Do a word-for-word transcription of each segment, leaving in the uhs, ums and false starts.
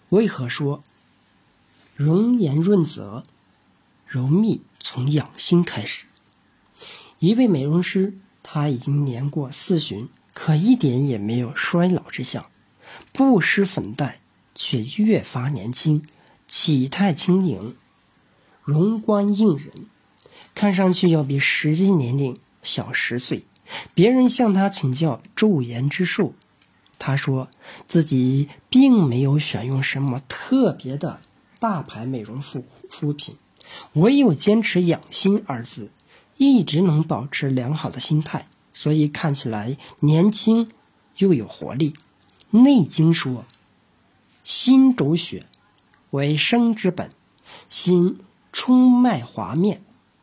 为何说容颜润泽、柔密从养心开始？一位美容师，他已经年过四旬，可一点也没有衰老之象，不施粉黛，却越发年轻，体态轻盈，容光映人，看上去要比实际年龄小十岁。别人向他请教驻颜之术，他说自己并没有选用什么特别的大牌美容护肤品，唯有坚持养心二字，一直能保持良好的心态，所以看起来年轻又有活力。内经说，心主血，为生之本，心冲脉滑面，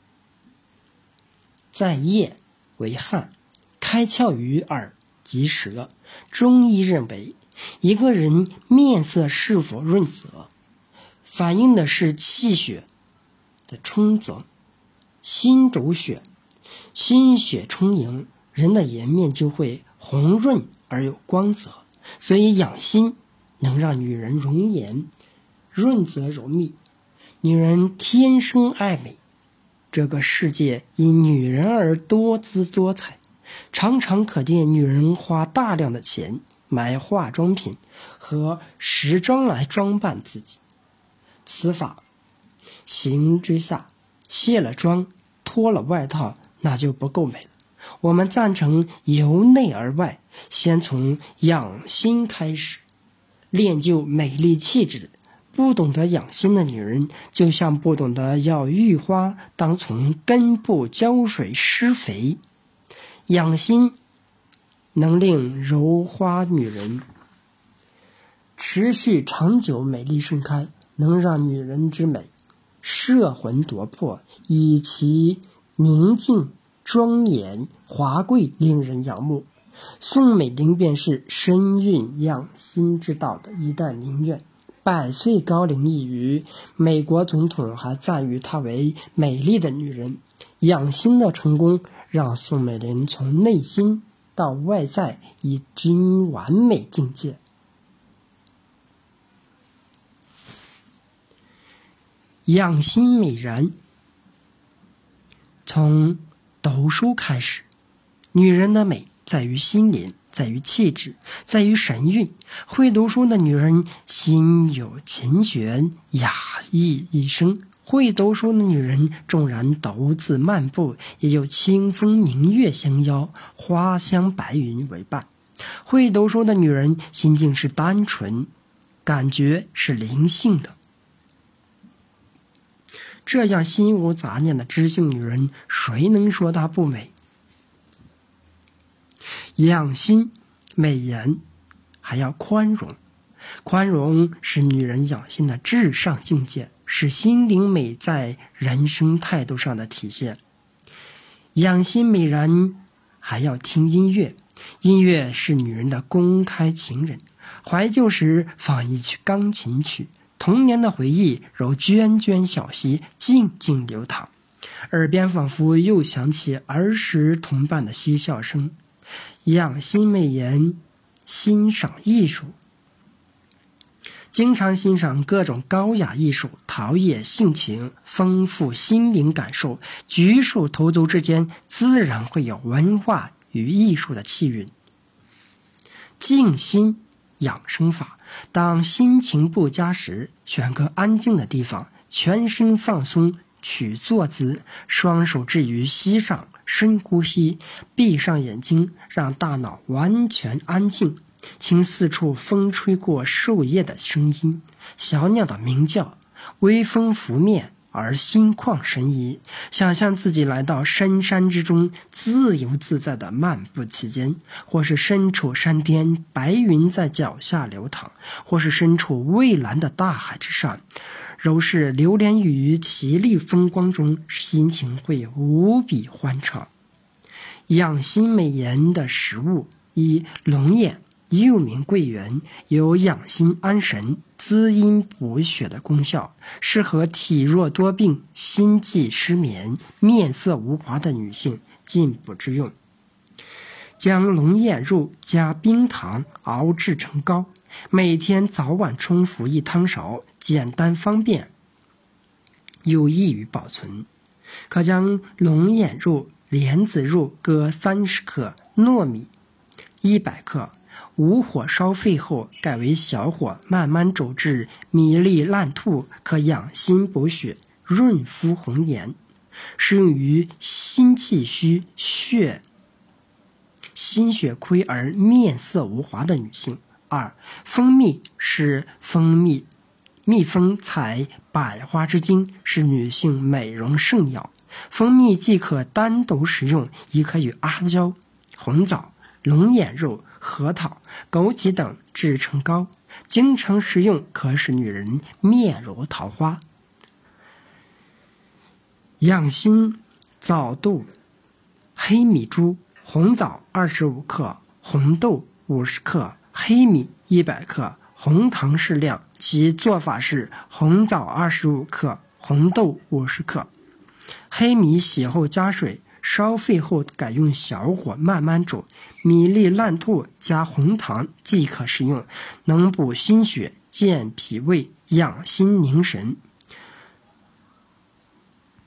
在液为汗，开窍于耳及舌。中医认为，一个人面色是否润泽，反映的是气血的充泽。心主血，心血充盈，人的颜面就会红润而有光泽。所以养心能让女人容颜润泽柔密。女人天生爱美，这个世界因女人而多姿多彩，常常可见女人花大量的钱买化妆品和时装来装扮自己。此法行之下，卸了妆脱了外套，那就不够美了。我们赞成由内而外，先从养心开始，练就美丽气质。不懂得养心的女人，就像不懂得要育花，当从根部浇水施肥。养心能令柔花女人持续长久美丽盛开，能让女人之美摄魂夺魄，以其宁静庄严华贵令人仰慕。宋美龄便是深蕴养心之道的一代名媛，百岁高龄一隅，美国总统还赞誉她为美丽的女人。养心的成功让宋美龄从内心到外在已经完美境界。养心美人从读书开始。女人的美在于心灵，在于气质，在于神韵。会读书的女人心有琴弦，雅意一生。会读书的女人纵然独自漫步，也有清风明月相邀，花香白云为伴。会读书的女人心境是单纯，感觉是灵性的。这样心无杂念的知性女人，谁能说她不美？养心美颜还要宽容，宽容是女人养心的至上境界，是心灵美在人生态度上的体现。养心美人还要听音乐，音乐是女人的公开情人。怀旧时放一曲钢琴曲，童年的回忆如涓涓小溪静静流淌，耳边仿佛又响起儿时同伴的嬉笑声。养心美颜，欣赏艺术，经常欣赏各种高雅艺术，陶冶性情，丰富心灵感受，举手投足之间自然会有文化与艺术的气韵。静心养生法，当心情不佳时，选个安静的地方，全身放松，取坐姿，双手置于膝上，深呼吸，闭上眼睛，让大脑完全安静。听四处风吹过树叶的声音，小鸟的鸣叫，微风拂面而心旷神怡。想象自己来到深山之中，自由自在地漫步其间，或是身处山巅，白云在脚下流淌，或是身处蔚蓝的大海之上，柔是流连于奇丽风光中，心情会无比欢畅。养心美颜的食物，一龙眼，又名桂圆，有养心安神、滋阴补血的功效，适合体弱多病、心悸失眠、面色无华的女性进补之用。将龙眼肉加冰糖熬制成膏， 每天早晚冲服一汤勺，简单方便，有益于保存。可将龙眼肉、莲子肉各三十克，糯米一百克，无火烧沸后，改为小火慢慢煮至米粒烂吐，可养心补血、润肤红颜，适用于心气虚、血心血亏而面色无华的女性。二、蜂蜜是蜂蜜蜜蜂采百花之精，是女性美容圣药。蜂蜜既可单独食用，也可与阿胶、红枣、龙眼肉、核桃、枸杞等制成膏，经常食用可使女人面如桃花。养心枣豆、黑米珠、红枣二十五克，红豆五十克，黑米一百克，红糖适量。其做法是：红枣二十五克，红豆五十克，黑米洗后加水，烧沸后改用小火慢慢煮，米粒烂吐，加红糖即可食用，能补心血、健脾胃、养心宁神。